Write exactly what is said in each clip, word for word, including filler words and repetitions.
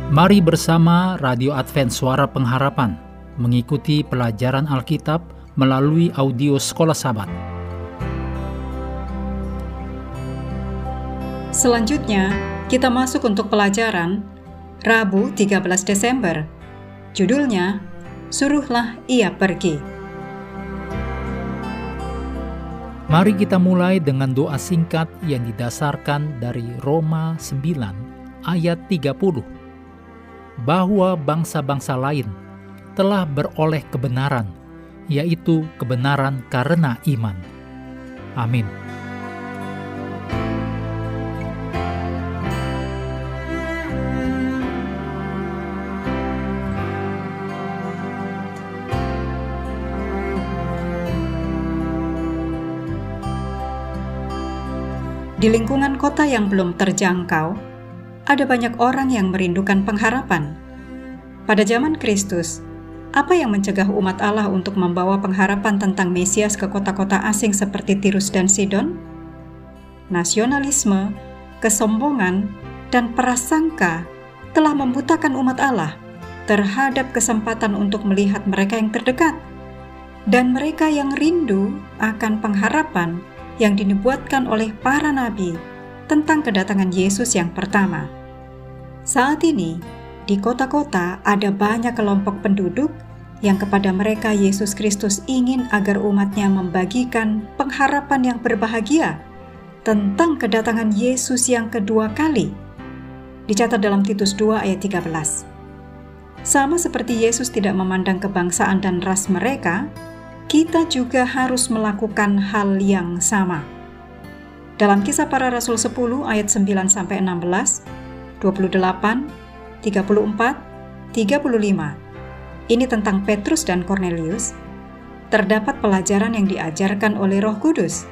Mari bersama Radio Advent Suara Pengharapan mengikuti pelajaran Alkitab melalui audio Sekolah Sabat. Selanjutnya, kita masuk untuk pelajaran Rabu tiga belas Desember. Judulnya, Suruhlah Ia Pergi. Mari kita mulai dengan doa singkat yang didasarkan dari Roma sembilan ayat tiga puluh. Bahwa bangsa-bangsa lain telah beroleh kebenaran, yaitu kebenaran karena iman. Amin. Di lingkungan kota yang belum terjangkau, ada banyak orang yang merindukan pengharapan. Pada zaman Kristus, apa yang mencegah umat Allah untuk membawa pengharapan tentang Mesias ke kota-kota asing seperti Tirus dan Sidon? Nasionalisme, kesombongan, dan prasangka telah membutakan umat Allah terhadap kesempatan untuk melihat mereka yang terdekat, dan mereka yang rindu akan pengharapan yang dinubuatkan oleh para nabi tentang kedatangan Yesus yang pertama. Saat ini, di kota-kota ada banyak kelompok penduduk yang kepada mereka Yesus Kristus ingin agar umatnya membagikan pengharapan yang berbahagia tentang kedatangan Yesus yang kedua kali. Dicatat dalam Titus dua ayat tiga belas. Sama seperti Yesus tidak memandang kebangsaan dan ras mereka, kita juga harus melakukan hal yang sama. Dalam Kisah Para Rasul sepuluh ayat sembilan sampai enam belas, dua puluh delapan, tiga puluh empat, tiga puluh lima. Ini tentang Petrus dan Kornelius. Terdapat pelajaran yang diajarkan oleh Roh Kudus.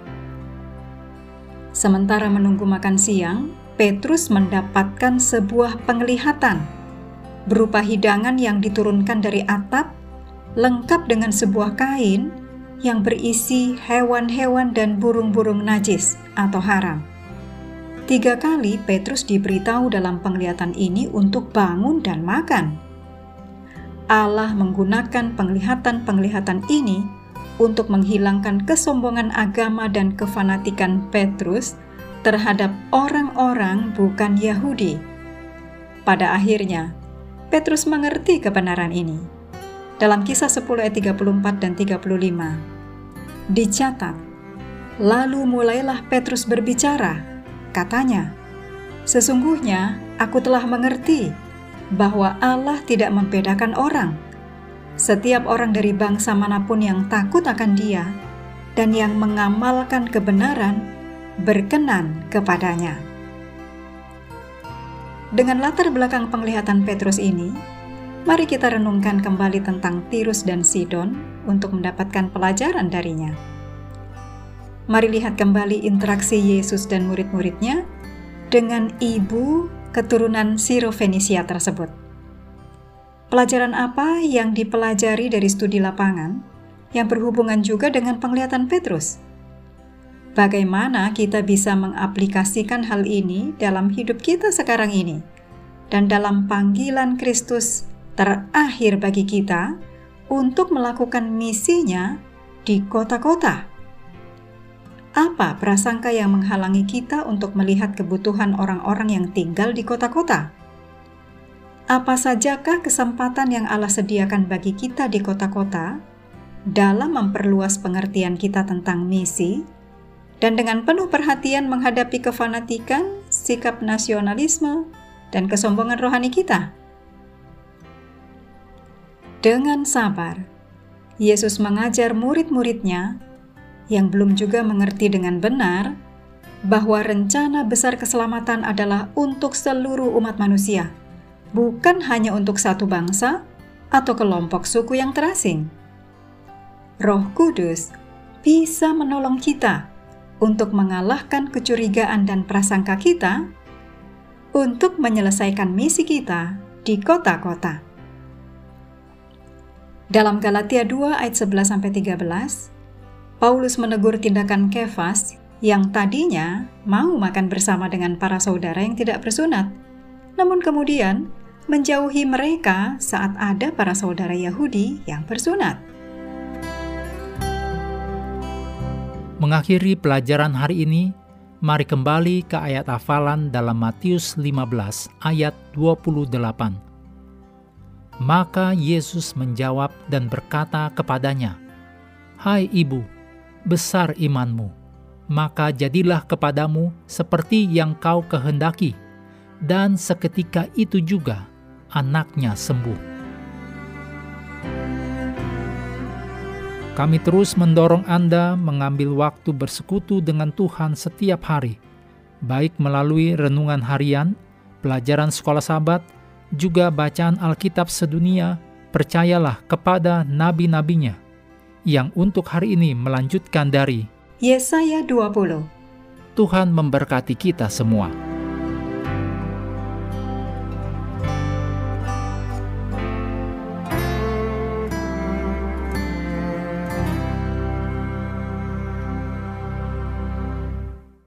Sementara menunggu makan siang, Petrus mendapatkan sebuah penglihatan berupa hidangan yang diturunkan dari atap, lengkap dengan sebuah kain yang berisi hewan-hewan dan burung-burung najis atau haram. Tiga kali Petrus diberitahu dalam penglihatan ini untuk bangun dan makan. Allah menggunakan penglihatan-penglihatan ini untuk menghilangkan kesombongan agama dan kefanatikan Petrus terhadap orang-orang bukan Yahudi. Pada akhirnya, Petrus mengerti kebenaran ini. Dalam Kisah sepuluh ayat tiga puluh empat dan tiga puluh lima, dicatat, lalu mulailah Petrus berbicara, katanya, sesungguhnya aku telah mengerti bahwa Allah tidak membedakan orang. Setiap orang dari bangsa manapun yang takut akan Dia dan yang mengamalkan kebenaran berkenan kepadanya. Dengan latar belakang penglihatan Petrus ini, mari kita renungkan kembali tentang Tirus dan Sidon untuk mendapatkan pelajaran darinya. Mari lihat kembali interaksi Yesus dan murid-muridnya dengan ibu keturunan Siro-Fenisia tersebut. Pelajaran apa yang dipelajari dari studi lapangan yang berhubungan juga dengan penglihatan Petrus? Bagaimana kita bisa mengaplikasikan hal ini dalam hidup kita sekarang ini dan dalam panggilan Kristus terakhir bagi kita untuk melakukan misinya di kota-kota? Apa prasangka yang menghalangi kita untuk melihat kebutuhan orang-orang yang tinggal di kota-kota? Apa sajakah kesempatan yang Allah sediakan bagi kita di kota-kota dalam memperluas pengertian kita tentang misi dan dengan penuh perhatian menghadapi kefanatikan, sikap nasionalisme, dan kesombongan rohani kita? Dengan sabar, Yesus mengajar murid-muridnya yang belum juga mengerti dengan benar bahwa rencana besar keselamatan adalah untuk seluruh umat manusia, bukan hanya untuk satu bangsa atau kelompok suku yang terasing. Roh Kudus bisa menolong kita untuk mengalahkan kecurigaan dan prasangka kita untuk menyelesaikan misi kita di kota-kota. Dalam Galatia dua ayat sebelas sampai tiga belas, Paulus menegur tindakan Kefas yang tadinya mau makan bersama dengan para saudara yang tidak bersunat, namun kemudian menjauhi mereka saat ada para saudara Yahudi yang bersunat. Mengakhiri pelajaran hari ini, mari kembali ke ayat hafalan dalam Matius lima belas ayat dua puluh delapan. Maka Yesus menjawab dan berkata kepadanya, "Hai ibu, besar imanmu, maka jadilah kepadamu seperti yang kau kehendaki." Dan seketika itu juga anaknya sembuh. Kami terus mendorong Anda mengambil waktu bersekutu dengan Tuhan setiap hari, baik melalui renungan harian, pelajaran sekolah Sabat, juga bacaan Alkitab sedunia. Percayalah kepada nabi-nabinya, yang untuk hari ini melanjutkan dari Yesaya dua puluh. Tuhan memberkati kita semua.